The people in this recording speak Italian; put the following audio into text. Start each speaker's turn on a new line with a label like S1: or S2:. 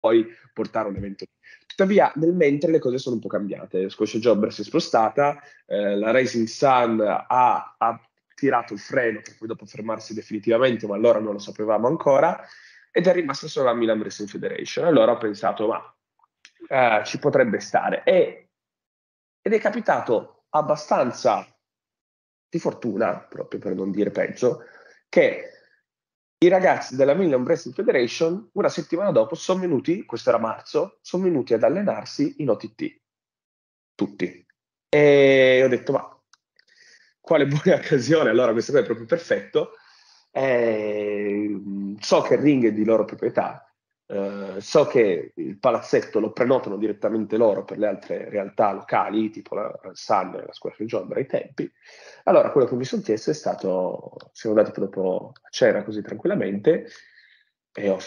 S1: poi portare un evento. Tuttavia, nel mentre le cose sono un po' cambiate. Squash Jobber si è spostata, la Rising Sun ha tirato il freno per poi dopo fermarsi definitivamente, ma allora non lo sapevamo ancora, ed è rimasta solo la Milan Wrestling Federation. Allora ho pensato, ma ci potrebbe stare. Ed è capitato abbastanza di fortuna, proprio per non dire peggio, che i ragazzi della Milan Wrestling Federation una settimana dopo sono venuti, questo era marzo, sono venuti ad allenarsi in OTT, tutti. E ho detto, ma quale buona occasione, allora questo qua è proprio perfetto. So che il ring è di loro proprietà, so che il palazzetto lo prenotano direttamente loro per le altre realtà locali, tipo la Sun e la Square Jobber ai tempi. Allora, quello che mi sono chiesto è stato, siamo andati dopo a cena così tranquillamente, e ho